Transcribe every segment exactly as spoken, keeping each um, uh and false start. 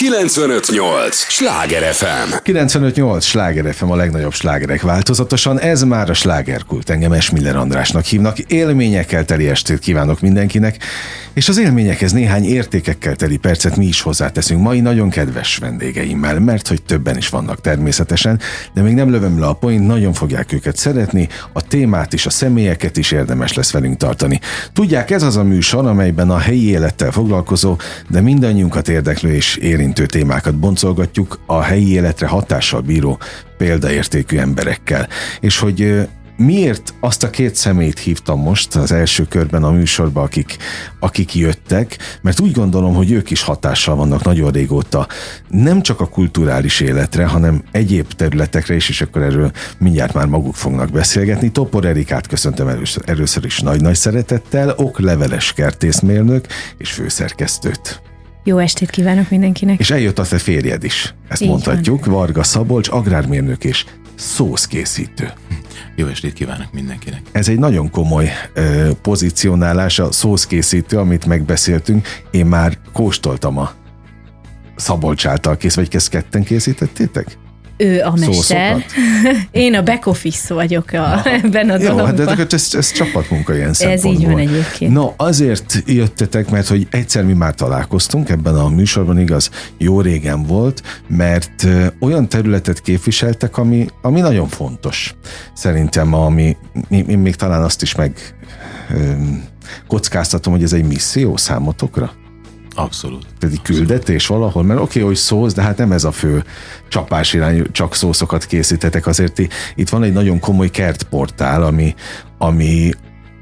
kilencvenöt nyolc Sláger ef em. kilencvenöt nyolc Sláger ef em, a legnagyobb slágerek változatosan. Ez már a slágerkult. Engem Esmiller Andrásnak hívnak. Élményekkel teli estét kívánok mindenkinek, és az élményekhez néhány értékekkel teli percet mi is hozzáteszünk mai nagyon kedves vendégeimmel, mert hogy többen is vannak természetesen, de még nem lövöm le a point, nagyon fogják őket szeretni, a témát is, a személyeket is érdemes lesz velünk tartani. Tudják, ez az a műsor, amelyben a helyi élettel foglalkozó, de mindannyiunkat érdeklő és érintő témákat boncolgatjuk a helyi életre hatással bíró példaértékű emberekkel. És hogy miért azt a két személyt hívtam most az első körben a műsorba, akik, akik jöttek, mert úgy gondolom, hogy ők is hatással vannak nagyon régóta, nem csak a kulturális életre, hanem egyéb területekre is, és akkor erről mindjárt már maguk fognak beszélgetni. Topor Erikát köszöntöm először, először is nagy-nagy szeretettel, okleveles kertészmérnök és főszerkesztőt. Jó estét kívánok mindenkinek! És eljött a te férjed is, ezt így mondhatjuk, van. Varga Szabolcs, agrármérnök és szószkészítő. Jó estét kívánok mindenkinek! Ez egy nagyon komoly ö, pozícionálás, a szószkészítő, amit megbeszéltünk. Én már kóstoltam a Szabolcs által kész, vagy ezt ketten készítettétek? Ő a mester. Én a back office vagyok a, ebben a dologban. Jó, hát de ez, ez csapatmunka ilyen szempontból. Ez így van egyébként. No, azért jöttetek, mert hogy egyszer mi már találkoztunk ebben a műsorban, igaz, jó régen volt, mert olyan területet képviseltek, ami, ami nagyon fontos. Szerintem, ami, én még talán azt is meg öm, kockáztatom, hogy ez egy misszió számotokra. Abszolút. Tehát egy küldetés valahol, mert oké, okay, hogy szósz, de hát nem ez a fő csapás irányú, csak szószokat készítetek, azért itt van egy nagyon komoly kertportál, ami, ami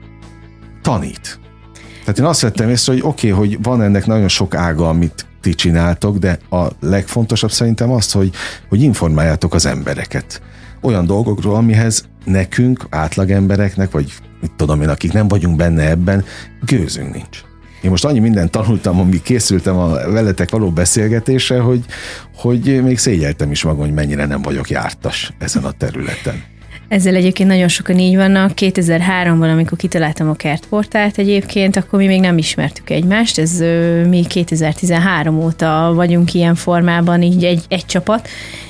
tanít. Tehát én azt vettem észre, hogy oké, okay, hogy van ennek nagyon sok ága, amit ti csináltok, de a legfontosabb szerintem az, hogy, hogy informáljátok az embereket olyan dolgokról, amihez nekünk, átlagembereknek, vagy mit tudom én, akik nem vagyunk benne ebben, gőzünk nincs. Én most annyi mindent tanultam, amíg készültem a veletek való beszélgetésre, hogy, hogy még szégyeltem is magam, hogy mennyire nem vagyok jártas ezen a területen. Ezzel egyébként nagyon sokan így vannak. kétezer-háromban, amikor kitaláltam a kertportált egyébként, akkor mi még nem ismertük egymást. Ez mi kétezer-tizenhárom óta vagyunk ilyen formában, így egy, egy csapat.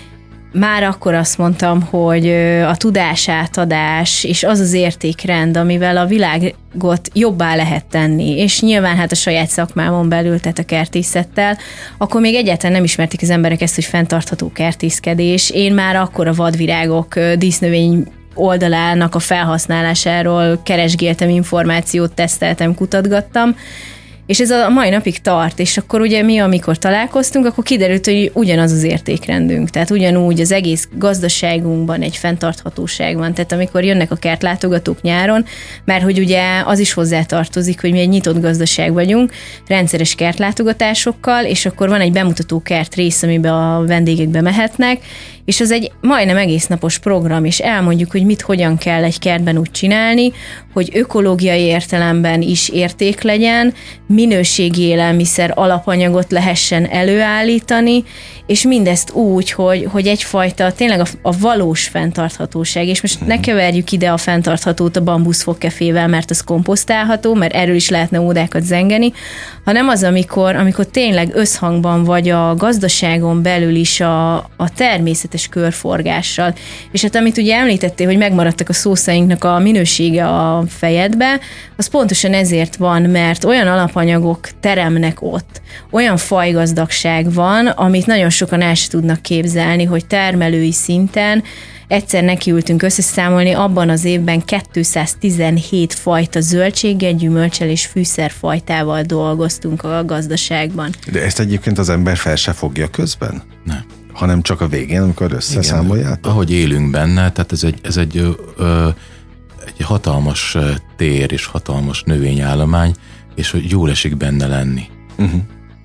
Már akkor azt mondtam, hogy a tudásátadás és az az értékrend, amivel a világot jobbá lehet tenni, és nyilván hát a saját szakmámon belül, tehát a kertészettel, akkor még egyáltalán nem ismerték az emberek ezt, hogy fenntartható kertészkedés. Én már akkor a vadvirágok, dísznövény oldalának a felhasználásáról keresgéltem információt, teszteltem, kutatgattam, és ez a mai napig tart, és akkor ugye mi, amikor találkoztunk, akkor kiderült, hogy ugyanaz az értékrendünk, tehát ugyanúgy az egész gazdaságunkban egy fenntarthatóság van, tehát amikor jönnek a kertlátogatók nyáron, mert hogy ugye az is hozzátartozik, hogy mi egy nyitott gazdaság vagyunk, rendszeres kertlátogatásokkal, és akkor van egy bemutató kert rész, amiben a vendégek bemehetnek, és az egy majdnem egész napos program, és elmondjuk, hogy mit, hogyan kell egy kertben úgy csinálni, hogy ökológiai értelemben is érték legyen, minőségi élelmiszer alapanyagot lehessen előállítani, és mindezt úgy, hogy, hogy egyfajta tényleg a, a valós fenntarthatóság, és most ne keverjük ide a fenntarthatót a bambuszfogkefével, mert az komposztálható, mert erről is lehetne ódákat zengeni, hanem az, amikor, amikor tényleg összhangban vagy a gazdaságon belül is a, a természetes körforgással. És hát amit ugye említettél, hogy megmaradtak a szószainknak a minősége a fejedbe, az pontosan ezért van, mert olyan alapanyagok teremnek ott, olyan fajgazdagság van, amit nagyon sokan el sem tudnak képzelni, hogy termelői szinten egyszer nekiültünk összeszámolni, abban az évben kétszáztizenhét fajta zöldséggel, gyümölcsel és fűszerfajtával dolgoztunk a gazdaságban. De ezt egyébként az ember fel se fogja közben? Nem. Hanem csak a végén, amikor összeszámoljátok? Ahogy élünk benne, tehát ez egy, ez egy, ö, ö, egy hatalmas tér és hatalmas növényállomány, és hogy jól esik benne lenni. Uh-huh.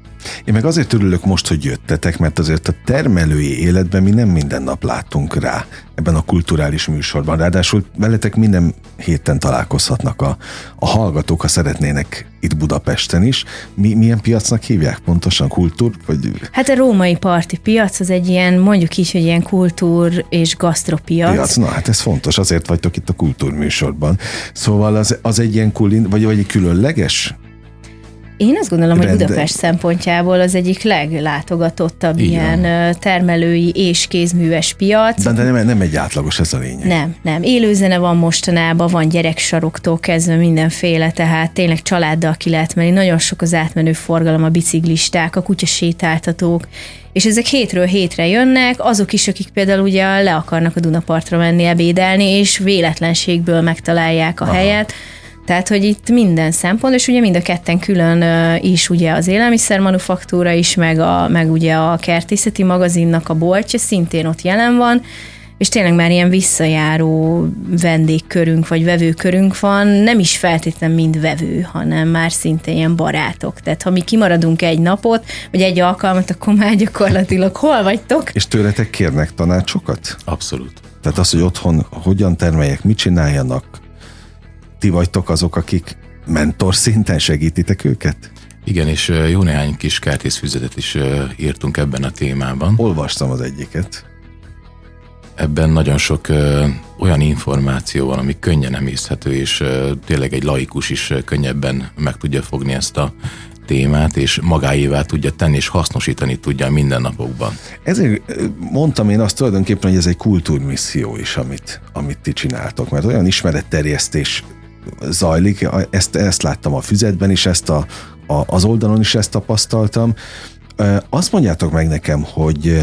Én meg azért örülök most, hogy jöttetek, mert azért a termelői életben mi nem minden nap látunk rá ebben a kulturális műsorban. Ráadásul veletek minden héten találkozhatnak a, a hallgatók, ha szeretnének itt Budapesten is. Mi, milyen piacnak hívják pontosan? Kultúr? Vagy... Hát a római parti piac az egy ilyen, mondjuk így, hogy ilyen kultúr és gasztropiac. Piac, na hát ez fontos, azért vagytok itt a kultúrműsorban. Szóval az, az egy ilyen kulin, vagy, vagy egy különleges Én azt gondolom, Rende. hogy Budapest szempontjából az egyik leglátogatottabb Így ilyen van. termelői és kézműves piac. De, de nem, nem egy átlagos, ez a lényeg. Nem, nem. Élőzene van mostanában, van gyereksaroktól kezdve mindenféle, tehát tényleg családdal ki lehet menni. Nagyon sok az átmenő forgalom, a biciklisták, a kutyasétáltatók, és ezek hétről hétre jönnek, azok is, akik például ugye le akarnak a Dunapartra menni ebédelni, és véletlenségből megtalálják a Aha. helyet. Tehát, hogy itt minden szempont, és ugye mind a ketten külön is ugye az élelmiszermanufaktúra is, meg, a, meg ugye a kertészeti magazinnak a boltja szintén ott jelen van, és tényleg már ilyen visszajáró vendégkörünk, vagy vevőkörünk van, nem is feltétlenül mind vevő, hanem már szintén ilyen barátok. Tehát ha mi kimaradunk egy napot, vagy egy alkalmat, akkor már gyakorlatilag hol vagytok? És tőletek kérnek tanácsokat? Abszolút. Tehát az, hogy otthon hogyan termeljek, mit csináljanak, ti vagytok azok, akik mentor szinten segítitek őket? Igen, és jó néhány kis kertészfüzetet is írtunk ebben a témában. Olvastam az egyiket. Ebben nagyon sok ö, olyan információ van, ami könnyen emészhető, és ö, tényleg egy laikus is ö, könnyebben meg tudja fogni ezt a témát, és magáévá tudja tenni, és hasznosítani tudja a mindennapokban. Ezért mondtam én azt tulajdonképpen, hogy ez egy kultúrmisszió is, amit, amit ti csináltok, mert olyan ismeretterjesztés zajlik, ezt, ezt láttam a füzetben is, ezt a, a, az oldalon is ezt tapasztaltam. Azt mondjátok meg nekem, hogy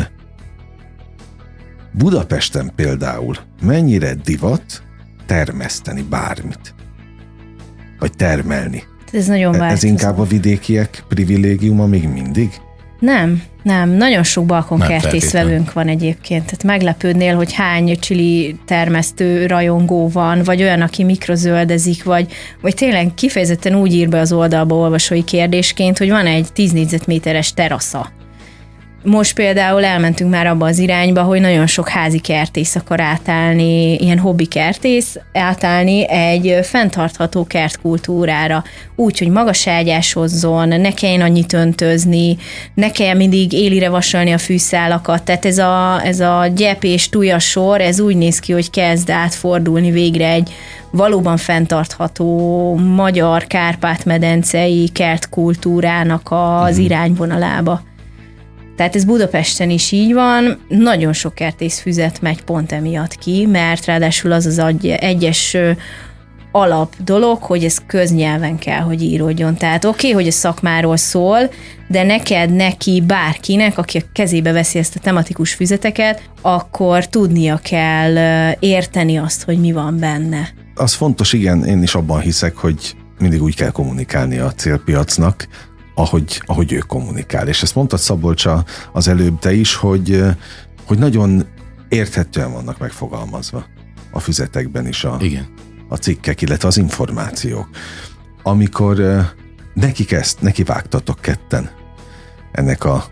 Budapesten például mennyire divat termeszteni bármit? Vagy termelni? Ez nagyon változó. Ez inkább a vidékiek privilégiuma még mindig? Nem, nem. Nagyon sok balkonkertészvevőnk van egyébként. Tehát meglepődnél, hogy hány csili termesztő rajongó van, vagy olyan, aki mikrozöldezik, vagy, vagy tényleg kifejezetten úgy ír be az oldalba olvasói kérdésként, hogy van egy tíz négyzetméteres terasza. Most például elmentünk már abba az irányba, hogy nagyon sok házi kertész akar átállni, ilyen hobbi kertész átállni egy fenntartható kertkultúrára. Úgy, hogy magas ágyáshozzon, ne kelljen annyit öntözni, ne kelljen mindig élire vasalni a fűszálakat. Tehát ez a, ez a gyep és tujas sor, ez úgy néz ki, hogy kezd átfordulni végre egy valóban fenntartható magyar kárpát-medencei kertkultúrának az mm. irányvonalába. Tehát ez Budapesten is így van, nagyon sok kertészfüzet megy pont emiatt ki, mert ráadásul az az egyes alap dolog, hogy ez köznyelven kell, hogy íródjon. Tehát oké, okay, hogy a szakmáról szól, de neked, neki, bárkinek, aki a kezébe veszi ezt a tematikus füzeteket, akkor tudnia kell érteni azt, hogy mi van benne. Az fontos, igen, én is abban hiszek, hogy mindig úgy kell kommunikálni a célpiacnak, ahogy, ahogy ő kommunikál. És ezt mondtad, Szabolcs, az előbb te is, hogy, hogy nagyon érthetően vannak megfogalmazva a füzetekben is a, Igen. a cikkek, illetve az információk. Amikor nekik ezt, neki vágtatok ketten ennek a,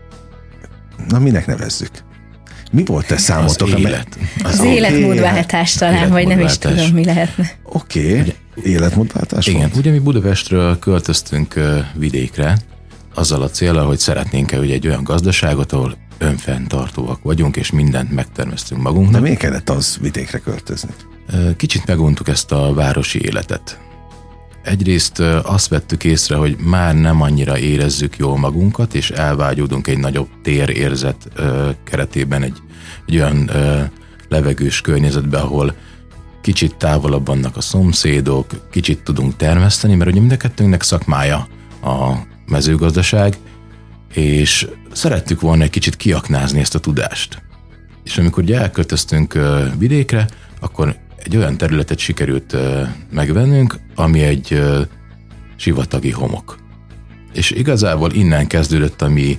na minek nevezzük? Mi volt te számotok? Az élet. Az, az életmódváltás talán, vagy nem is tudom, mi lehetne. Oké, okay. Életmódváltás Igen, volt? ugye mi Budapestről költöztünk vidékre, azzal a céllal, hogy szeretnénk ugye egy olyan gazdaságot, ahol önfenntartóak vagyunk, és mindent megtermesztünk magunknak. De miért kellett az vidékre költözni? Kicsit meguntuk ezt a városi életet. Egyrészt azt vettük észre, hogy már nem annyira érezzük jól magunkat, és elvágyódunk egy nagyobb térérzet keretében egy, egy olyan levegős környezetbe, ahol kicsit távolabb vannak a szomszédok, kicsit tudunk termeszteni, mert ugye mind a kettőnknek szakmája a mezőgazdaság, és szerettük volna egy kicsit kiaknázni ezt a tudást. És amikor ugye elköltöztünk vidékre, akkor egy olyan területet sikerült megvennünk, ami egy sivatagi homok. És igazából innen kezdődött a mi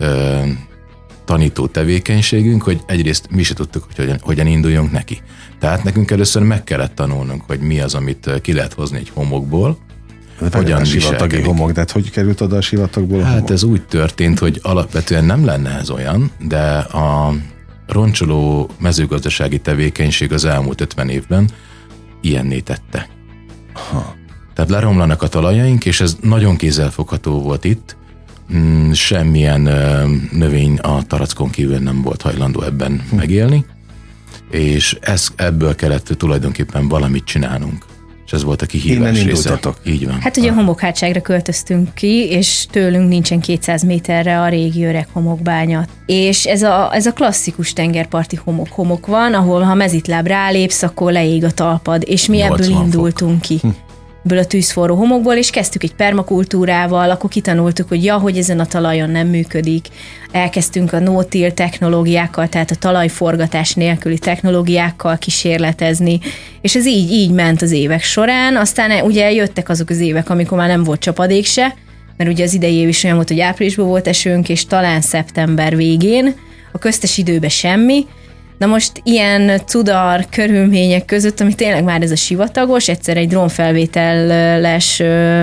tanító tevékenységünk, hogy egyrészt mi se tudtuk, hogy hogyan, hogyan induljunk neki. Tehát nekünk először meg kellett tanulnunk, hogy mi az, amit ki lehet hozni egy homokból, de hogyan a sivatagi homok, de hát hogy került oda a sivatagból a Hát homok? ez úgy történt, hogy alapvetően nem lenne ez olyan, de a roncsoló mezőgazdasági tevékenység az elmúlt ötven évben ilyenné tette. Ha. Tehát leromlanak a talajaink, és ez nagyon kézzelfogható volt itt. Semmilyen növény a tarackon kívül nem volt hajlandó ebben megélni, és ez, ebből kellett tulajdonképpen valamit csinálnunk. És ez volt a kihívás Innen része. indultatok. Így van. Hát ugye a homokhátságra költöztünk ki, és tőlünk nincsen kétszáz méterre a régi öreg homokbánya. És ez a, ez a klasszikus tengerparti homok-homok van, ahol ha mezitláb rálépsz, akkor leég a talpad, és mi ebből indultunk ki. Hm. Ebből a tűzforró homokból, és kezdtük egy permakultúrával, akkor kitanultuk, hogy ja, hogy ezen a talajon nem működik. Elkezdtünk a no-till technológiákkal, tehát a talajforgatás nélküli technológiákkal kísérletezni, és ez így, így ment az évek során. Aztán ugye jöttek azok az évek, amikor már nem volt csapadék se, mert ugye az idei év is olyan volt, hogy áprilisban volt esőnk, és talán szeptember végén, a köztes időben semmi. Na most ilyen cudar körülmények között, ami tényleg már ez a sivatagos, egyszer egy drónfelvételes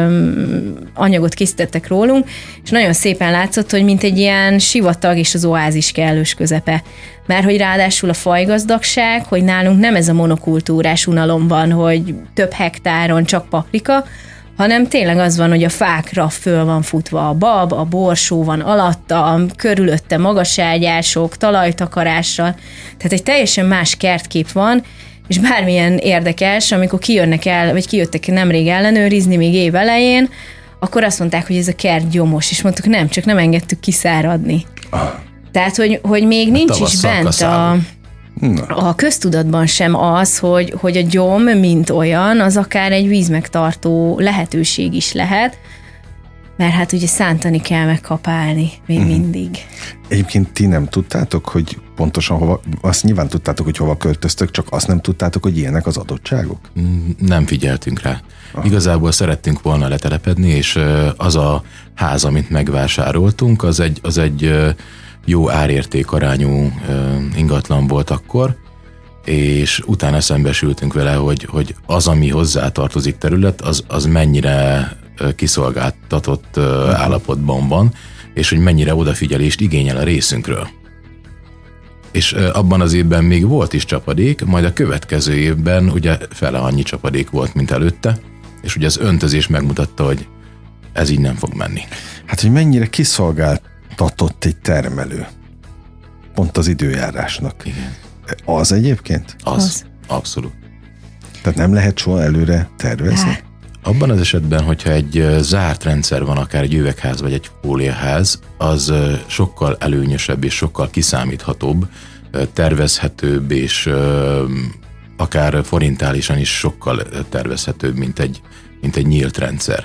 anyagot készítettek rólunk, és nagyon szépen látszott, hogy mint egy ilyen sivatag és az oázis kellős közepe. Mert hogy ráadásul a fajgazdagság, hogy nálunk nem ez a monokultúrás unalom van, hogy több hektáron csak paprika, hanem tényleg az van, hogy a fákra föl van futva a bab, a borsó van alatta, körülötte magaságyások, talajtakarással, tehát egy teljesen más kertkép van, és bármilyen érdekes, amikor kijönnek el, vagy kijöttek nemrég ellenőrizni még év elején, akkor azt mondták, hogy ez a kert gyomos, és mondtuk, nem, csak nem engedtük kiszáradni. Ah. Tehát, hogy, hogy még nincs is bent a... A köztudatban sem az, hogy, hogy a gyom, mint olyan, az akár egy vízmegtartó lehetőség is lehet, mert hát ugye szántani kell megkapálni még mm. mindig. Egyébként ti nem tudtátok, hogy pontosan hova, azt nyilván tudtátok, hogy hova költöztök, csak azt nem tudtátok, hogy ilyenek az adottságok? Nem figyeltünk rá. Aha. Igazából szerettünk volna letelepedni, és az a ház, amit megvásároltunk, az egy, az egy jó árértékarányú ingatlan volt akkor, és utána szembesültünk vele, hogy, hogy az, ami hozzátartozik terület, az, az mennyire kiszolgáltatott uh-huh. állapotban van, és hogy mennyire odafigyelést igényel a részünkről. És abban az évben még volt is csapadék, majd a következő évben ugye fele annyi csapadék volt, mint előtte, és ugye az öntözés megmutatta, hogy ez így nem fog menni. Hát, hogy mennyire kiszolgáltatott egy termelő. Pont az időjárásnak. Igen. Az egyébként? Az. az. Abszolút. Tehát nem lehet soha előre tervezni? Hát. Abban az esetben, hogyha egy zárt rendszer van, akár egy üvegház vagy egy fóliaház, az sokkal előnyösebb és sokkal kiszámíthatóbb, tervezhetőbb és akár forintálisan is sokkal tervezhetőbb, mint egy, mint egy nyílt rendszer.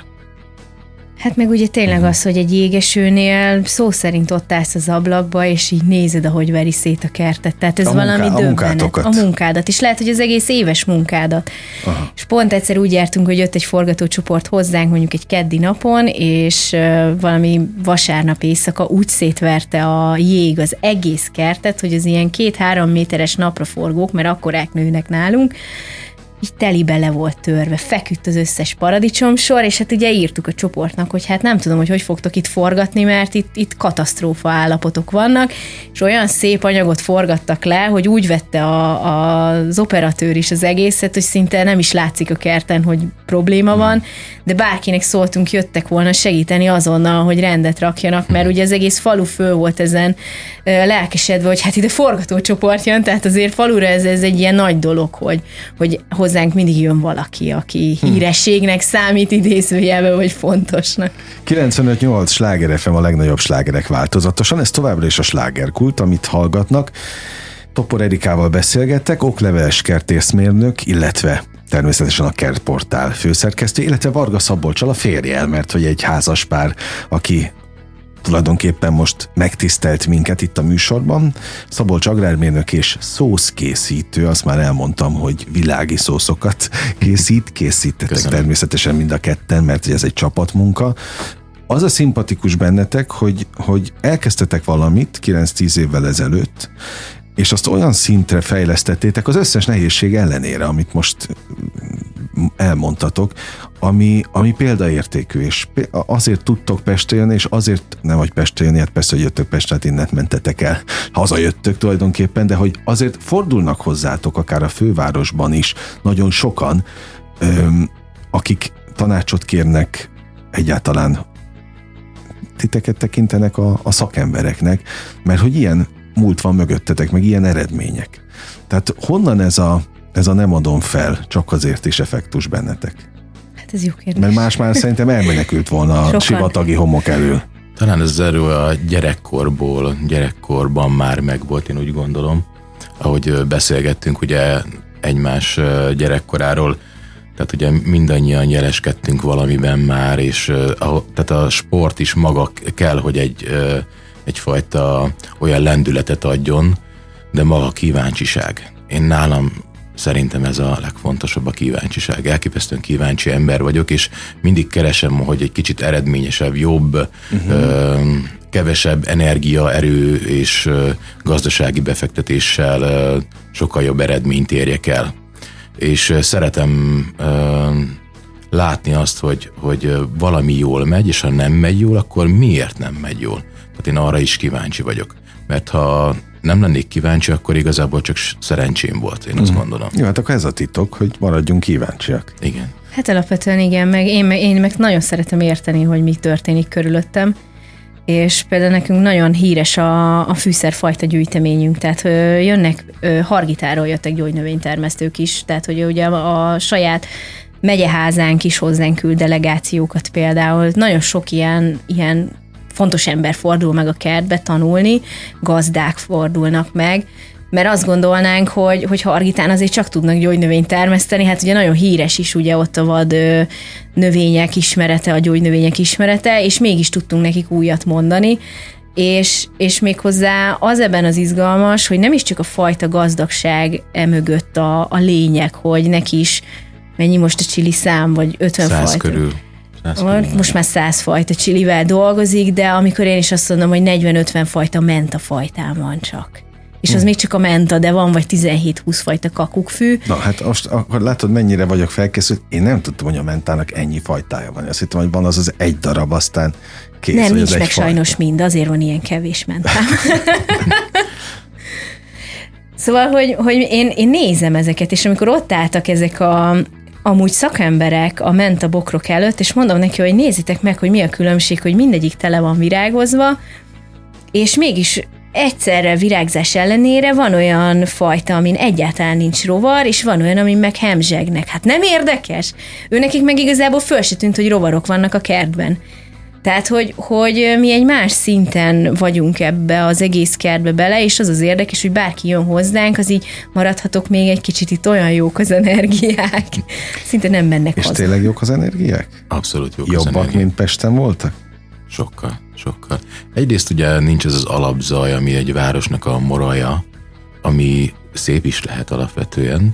Hát meg ugye tényleg az, hogy egy jégesőnél szó szerint ott állsz az ablakba, és így nézed, ahogy veri szét a kertet. Tehát ez a valami munká, döbbenet. A munkádat. És lehet, hogy az egész éves munkádat. Aha. És pont egyszer úgy jártunk, hogy jött egy forgatócsoport hozzánk, mondjuk egy keddi napon, és uh, valami vasárnap éjszaka úgy szétverte a jég az egész kertet, hogy az ilyen két-három méteres napraforgók, mert akkorák nőnek nálunk, így telibe le volt törve, feküdt az összes paradicsomsor, és hát ugye írtuk a csoportnak, hogy hát nem tudom, hogy hogy fogtok itt forgatni, mert itt, itt katasztrófa állapotok vannak, és olyan szép anyagot forgattak le, hogy úgy vette a, a, az operatőr is az egészet, hogy szinte nem is látszik a kerten, hogy probléma van, de bárkinek szóltunk, jöttek volna segíteni azonnal, hogy rendet rakjanak, mert ugye az egész falu föl volt ezen lelkesedve, hogy hát ide forgatócsoport jön, tehát azért falura ez, ez egy ilyen nagy dolog, hogy, hogy hozzánk mindig jön valaki, aki hírességnek számít idézőjelben, vagy fontosnak. kilencvenöt nyolc Sláger ef em a legnagyobb slágerek változatosan, ez továbbra is a slágerkult, amit hallgatnak. Topor Erikával beszélgettek, okleveles kertészmérnök, illetve természetesen a Kertportál főszerkesztő, illetve Varga Szabolccsal a férjel, mert hogy egy házas pár, aki tulajdonképpen most megtisztelt minket itt a műsorban. Szabolcs agrármérnök és szószkészítő, azt már elmondtam, hogy világi szószokat készít, készítettek Köszönöm. Természetesen mind a ketten, mert ez egy csapatmunka. Az a szimpatikus bennetek, hogy, hogy elkezdtetek valamit kilenc-tíz évvel ezelőtt, és azt olyan szintre fejlesztettétek az összes nehézség ellenére, amit most elmondtatok, ami, ami példaértékű, és azért tudtok Pestre jönni, és azért nem, hogy Pestre jönni, hát persze, hogy jöttök Pestre, hát innen mentetek el, hazajöttök tulajdonképpen, de hogy azért fordulnak hozzátok, akár a fővárosban is, nagyon sokan, öm, akik tanácsot kérnek, egyáltalán titeket tekintenek a, a szakembereknek, mert hogy ilyen múlt van mögöttetek, meg ilyen eredmények. Tehát honnan ez a, ez a nem adom fel, csak azért is effektus bennetek? Hát ez jó kérdés. Mert más már szerintem elmenekült volna a Sokan. sivatagi homok elől. Talán ez erről a gyerekkorból, gyerekkorban már megvolt, én úgy gondolom, ahogy beszélgettünk ugye egymás gyerekkoráról, tehát ugye mindannyian jeleskedtünk valamiben már, és tehát a sport is maga kell, hogy egy, egyfajta olyan lendületet adjon, de maga a kíváncsiság. Én nálam szerintem ez a legfontosabb, a kíváncsiság. Elképesztően kíváncsi ember vagyok, és mindig keresem, hogy egy kicsit eredményesebb, jobb, uh-huh. ö, kevesebb energia, erő és ö, gazdasági befektetéssel ö, sokkal jobb eredményt érjek el. És ö, szeretem ö, látni azt, hogy, hogy valami jól megy, és ha nem megy jól, akkor miért nem megy jól? Tehát én arra is kíváncsi vagyok. Mert ha nem lennék kíváncsi, akkor igazából csak szerencsém volt, én azt mm. gondolom. Jó, hát akkor ez a titok, hogy maradjunk kíváncsiak. Igen. Hát alapvetően igen, meg én, meg én meg nagyon szeretem érteni, hogy mi történik körülöttem, és például nekünk nagyon híres a, a fűszerfajta gyűjteményünk, tehát ö, jönnek, ö, Hargitáról jöttek gyógynövénytermesztők is, tehát hogy ugye a, a saját megyeházánk is hozzánk küld delegációkat például, nagyon sok ilyen, ilyen fontos ember fordul meg a kertbe tanulni, gazdák fordulnak meg, mert azt gondolnánk, hogy, hogy Hargitán azért csak tudnak gyógynövényt termeszteni, hát ugye nagyon híres is ugye ott a vad ö, növények ismerete, a gyógynövények ismerete, és mégis tudtunk nekik újat mondani, és, és méghozzá az ebben az izgalmas, hogy nem is csak a fajta gazdagság emögött a, a lényeg, hogy neki is mennyi most a csili szám, vagy ötven Száz fajta. körül. Most már száz fajta csilivel dolgozik, de amikor én is azt mondom, hogy negyven-ötven fajta menta fajtán van csak. És az hmm. még csak a menta, de van vagy tizenhét-húsz fajta kakukkfű. Na hát most akkor látod, mennyire vagyok felkészült. Én nem tudtam, hogy a mentának ennyi fajtája van. Azt hittem, hogy van az az egy darab, aztán kész. Nem, nincs meg fajta. sajnos mind, azért van ilyen kevés mentám. Szóval, hogy, hogy én, én nézem ezeket, és amikor ott álltak ezek a amúgy szakemberek a menta bokrok előtt, és mondom neki, hogy nézzétek meg, hogy mi a különbség, hogy mindegyik tele van virágozva, és mégis egyszerre virágzás ellenére van olyan fajta, amin egyáltalán nincs rovar, és van olyan, amin meg hemzsegnek. Hát nem érdekes? Ő nekik meg igazából föl se tűnt, hogy rovarok vannak a kertben. Tehát, hogy, hogy mi egy más szinten vagyunk ebbe az egész kertbe bele, és az az érdekes, hogy bárki jön hozzánk, az így maradhatok még egy kicsit, itt olyan jók az energiák. Szinte nem mennek és hozzá. És tényleg jók az energiák? Abszolút jók Jobbak, az energiák. mint Pesten voltak? Sokkal, sokkal. Egyrészt ugye nincs ez az alapzaj, ami egy városnak a moralja, ami szép is lehet alapvetően.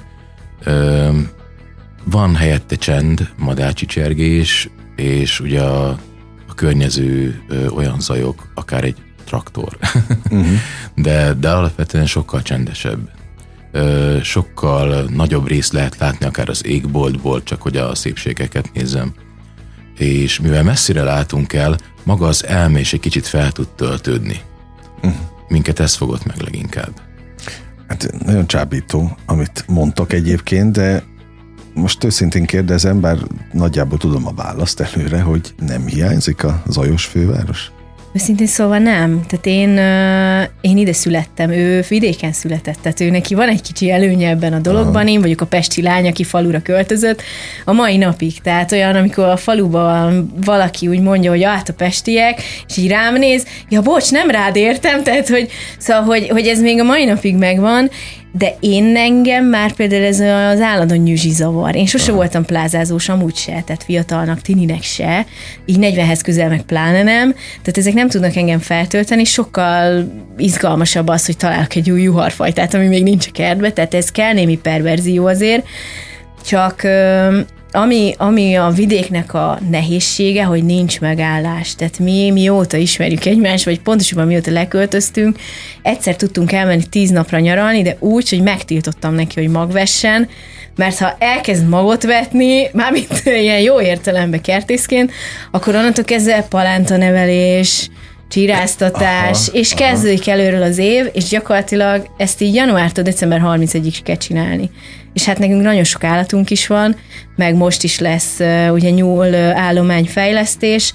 Van helyette csend, madárcsicsergés, és ugye a a környező ö, olyan zajok, akár egy traktor, uh-huh. de, de alapvetően sokkal csendesebb. Ö, sokkal nagyobb részt lehet látni, akár az égboltból, csak hogy a szépségeket nézzem. És mivel messzire látunk el, maga az elme is egy kicsit fel tud töltődni. Uh-huh. Minket ez fogott meg leginkább. Hát nagyon csábító, amit mondtok egyébként, de most őszintén kérdezem, bár nagyjából tudom a választ előre, hogy nem hiányzik a zajos főváros? Őszintén szóval nem. Tehát én, én ide születtem, ő vidéken született, tehát ő neki van egy kicsi előnye ebben a dologban, én vagyok a pesti lány, aki falura költözött a mai napig. Tehát olyan, amikor a faluban valaki úgy mondja, hogy át a pestiek, és így rám néz, ja bocs, nem rád értem, tehát hogy, szóval, hogy, hogy ez még a mai napig megvan, de én engem már például ez az állandó nyüzsi zavar. Én sose voltam plázázós, amúgy se, tehát fiatalnak, tininek se, így negyvenhez közel meg pláne nem, tehát ezek nem tudnak engem feltölteni, sokkal izgalmasabb az, hogy találok egy új juharfajtát, ami még nincs a kertbe, tehát ez kell némi perverzió azért, csak ami, ami a vidéknek a nehézsége, hogy nincs megállás. Tehát mi mióta ismerjük egymást, vagy pontosabban mióta leköltöztünk, egyszer tudtunk elmenni tíz napra nyaralni, de úgy, hogy megtiltottam neki, hogy magvessen, mert ha elkezd magot vetni, mármint ilyen jó értelemben kertészként, akkor onnantól kezdve palántanevelés, csiráztatás, aha, és kezdődik előről az év, és gyakorlatilag ezt így januártól december harmincegyedikéig kell csinálni. És hát nekünk nagyon sok állatunk is van, meg most is lesz ugye nyúl állományfejlesztés,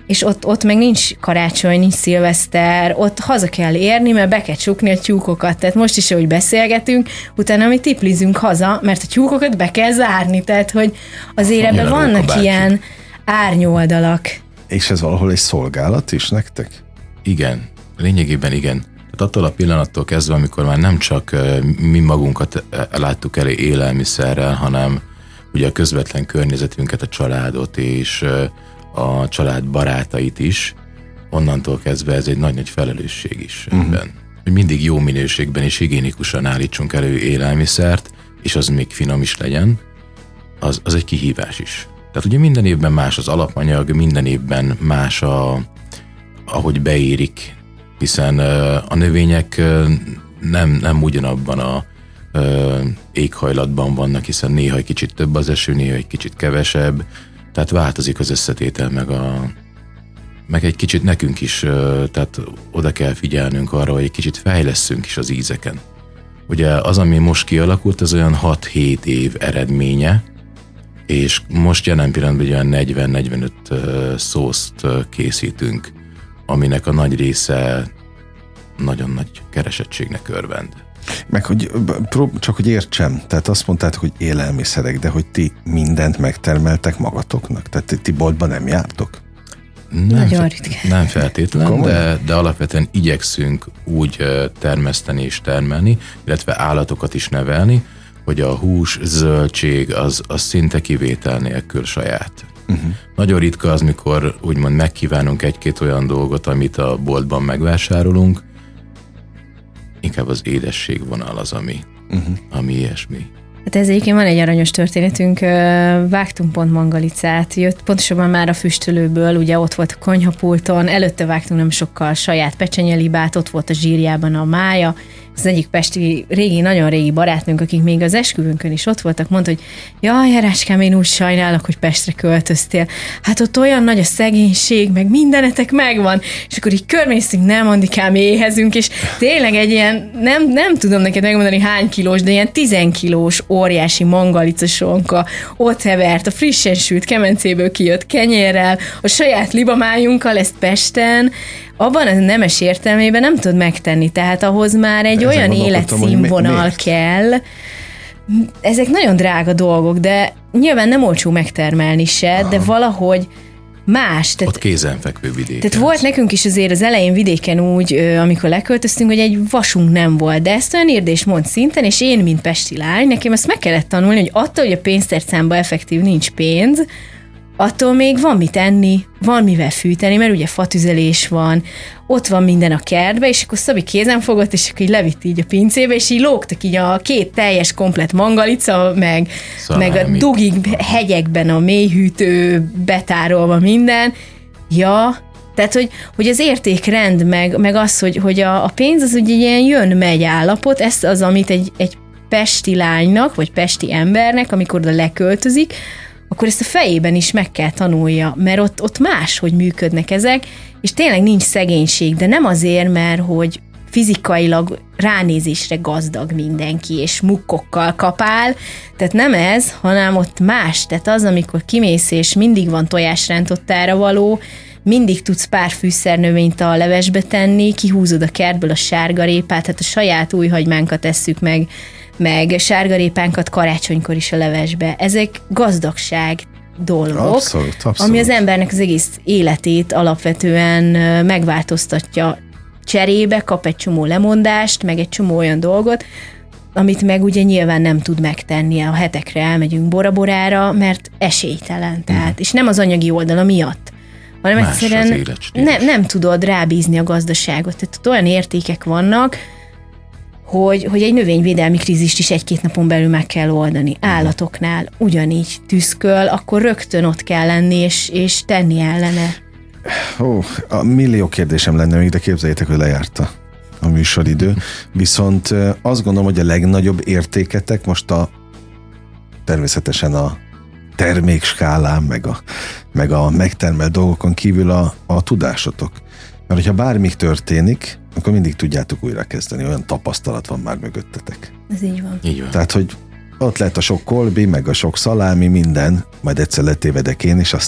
és ott, ott meg nincs karácsony, nincs szilveszter, ott haza kell érni, mert be kell csukni a tyúkokat. Tehát most is, ahogy beszélgetünk, utána mi tiplizünk haza, mert a tyúkokat be kell zárni. Tehát, hogy azért ebben vannak ilyen árnyoldalak. És ez valahol egy szolgálat is nektek? Igen, lényegében igen. Tehát attól a pillanattól kezdve, amikor már nem csak mi magunkat láttuk elé élelmiszerrel, hanem ugye a közvetlen környezetünket, a családot és a család barátait is, onnantól kezdve ez egy nagy-nagy felelősség is ebben. Uh-huh. Hogy mindig jó minőségben és higiénikusan állítsunk elő élelmiszert, és az még finom is legyen, az, az egy kihívás is. Tehát ugye minden évben más az alapanyag, minden évben más a, ahogy beérik, hiszen a növények nem, nem ugyanabban a éghajlatban vannak, hiszen néha egy kicsit több az eső, néha egy kicsit kevesebb, tehát változik az összetétel, meg, a, meg egy kicsit nekünk is, tehát oda kell figyelnünk arra, hogy egy kicsit fejlesszünk is az ízeken. Ugye az, ami most kialakult, az olyan hat-hét év eredménye, és most jelen pillanatban olyan negyven-negyvenöt szószt készítünk, aminek a nagy része nagyon nagy keresettségnek örvend. Meg hogy csak hogy értsem, tehát azt mondtátok, hogy élelmiszerek, de hogy ti mindent megtermeltek magatoknak? Tehát ti boltban nem jártok? Nem, Nagyon ritkán. Nem feltétlen, de, de alapvetően igyekszünk úgy termeszteni és termelni, illetve állatokat is nevelni, hogy a hús, zöldség az, az szinte kivétel nélkül saját. Uh-huh. Nagyon ritka az, mikor úgymond megkívánunk egy-két olyan dolgot, amit a boltban megvásárolunk, inkább az édességvonal az, ami, uh-huh. ami ilyesmi. Hát ez egyébként van egy aranyos történetünk, vágtunk pont mangalicát, jött pontosabban már a füstölőből, ugye ott volt a konyhapulton, előtte vágtunk nem sokkal saját pecsenyelibát, ott volt a zsírjában a mája, az egyik pesti régi, nagyon régi barátnőnk, akik még az esküvőnkön is ott voltak, mondta, hogy jaj, Herácskám, én úgy sajnálok, hogy Pestre költöztél. Hát ott olyan nagy a szegénység, meg mindenetek megvan. És akkor így körmészünk, nem, Andikám, éhezünk, és tényleg egy ilyen, nem, nem tudom neked megmondani hány kilós, de ilyen tizenkilós óriási mangalicasonka ott hevert, a frissen sült kemencéből kijött kenyérrel, a saját libamájunkkal, ezt Pesten, abban a nemes értelmében nem tud megtenni, tehát ahhoz már egy olyan életszínvonal kell. Ezek nagyon drága dolgok, de nyilván nem olcsó megtermelni se, aha, de valahogy más. Tehát, ott kézenfekvő vidéken. Tehát volt nekünk is azért az elején vidéken úgy, amikor leköltöztünk, hogy egy vasunk nem volt, de ezt olyan érdés mond szinten, és én, mint pesti lány, nekem azt meg kellett tanulni, hogy attól, hogy a pénztárcámban effektív nincs pénz, attól még van mit enni, van mivel fűteni, mert ugye fatüzelés van, ott van minden a kertbe, és akkor Szabi kézen fogott, és akkor így levitt így a pincébe, és így lógtak így a két teljes komplet mangalica, meg, meg a dugig hegyekben a mélyhűtő betárolva minden. Ja, tehát, hogy, hogy az értékrend, meg, meg az, hogy, hogy a, a pénz az ugye ilyen jön-megy állapot, ez az, amit egy, egy pesti lánynak, vagy pesti embernek, amikor oda leköltözik, akkor ezt a fejében is meg kell tanulja, mert ott, ott máshogy működnek ezek, és tényleg nincs szegénység, de nem azért, mert hogy fizikailag ránézésre gazdag mindenki, és mukkokkal kapál, tehát nem ez, hanem ott más, tehát az, amikor kimész, és mindig van tojásrántottára való, mindig tudsz pár fűszernövényt a levesbe tenni, kihúzod a kertből a sárgarépát, hát a saját újhagymánkat tesszük meg, meg sárgarépánkat karácsonykor is a levesbe. Ezek gazdagság dolgok, abszolút, abszolút. Ami az embernek az egész életét alapvetően megváltoztatja. Cserébe kap egy csomó lemondást, meg egy csomó olyan dolgot, amit meg ugye nyilván nem tud megtenni. A hetekre elmegyünk Bora-Borára, mert esélytelen. Tehát, mm. és nem az anyagi oldala miatt, hanem más egyszerűen nem, nem tudod rábízni a gazdaságot. Tehát ott olyan értékek vannak, hogy, hogy egy növényvédelmi krízist is egy-két napon belül meg kell oldani. Állatoknál ugyanígy tüszköl, akkor rögtön ott kell lenni, és, és tenni ellene. Ó, a millió kérdésem lenne még, de képzeljétek, hogy lejárt a, a műsoridő. Viszont azt gondolom, hogy a legnagyobb értéketek most a természetesen a termékskálán, meg a, meg a megtermelt dolgokon kívül a, a tudásotok. Mert hogyha bármi történik, akkor mindig tudjátok újra kezdeni. Olyan tapasztalat van már mögöttetek. Ez így van. Így van. Tehát, hogy ott lehet a sok kolbi, meg a sok szalámi, minden, majd egyszer letévedek én is, aztán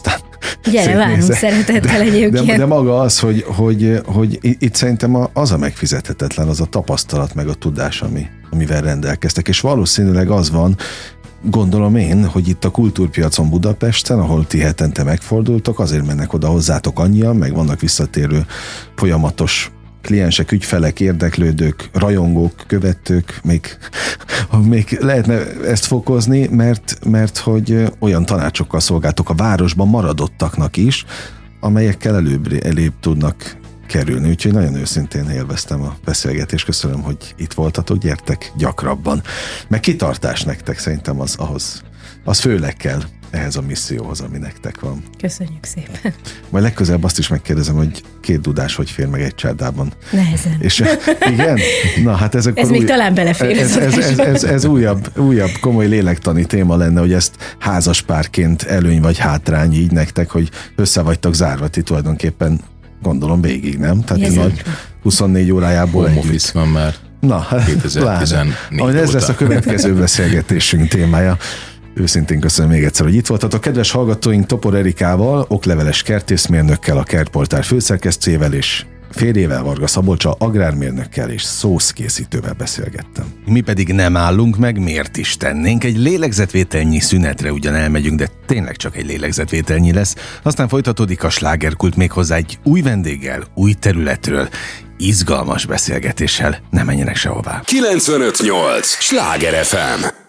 Gyere, várunk szeretettel egyébként. De, de maga az, hogy, hogy, hogy itt szerintem az a megfizethetetlen, az a tapasztalat meg a tudás, ami, amivel rendelkeztek. És valószínűleg az van, gondolom én, hogy itt a kultúrpiacon Budapesten, ahol ti hetente megfordultok, azért mennek oda hozzátok annyian, meg vannak visszatérő folyamatos kliensek, ügyfelek, érdeklődők, rajongók, követők, még, még lehetne ezt fokozni, mert, mert hogy olyan tanácsokkal szolgáltok a városban maradottaknak is, amelyekkel előbb, előbb tudnak kerülni. Úgyhogy nagyon őszintén élveztem a beszélgetést. Köszönöm, hogy itt voltatok, gyertek gyakrabban. Meg kitartás nektek szerintem az ahhoz, az főleg kell ehhez a misszióhoz, ami nektek van. Köszönjük szépen. Majd legközelebb azt is megkérdezem, hogy két dudás hogy fér meg egy csárdában. Nehezen. És igen? Na, hát ez, ez új... még talán belefér. Ez, ez, ez, ez, ez újabb, újabb komoly lélektani téma lenne, hogy ezt házaspárként előny vagy hátrány így nektek, hogy össze vagytok zárva ti tulajdonképpen, gondolom végig, nem? Tehát nagy huszonnégy órájából home office van már. Na, kétezer-tizennégy óta. Ez lesz a következő beszélgetésünk témája. Őszintén köszönöm még egyszer, hogy itt voltatok. Kedves hallgatóink, Topor Erikával, okleveles kertészmérnökkel, a Kertportál főszerkesztőjével és férjével, Varga Szabolcsa, agrármérnökkel és szószkészítővel beszélgettem. Mi pedig nem állunk meg, miért is tennénk? Egy lélegzetvételnyi szünetre ugyan elmegyünk, de tényleg csak egy lélegzetvételnyi lesz. Aztán folytatódik a slágerkult méghozzá egy új vendéggel, új területről, izgalmas beszélgetéssel. Ne menjenek sehová. kilencvenöt nyolc Sláger ef em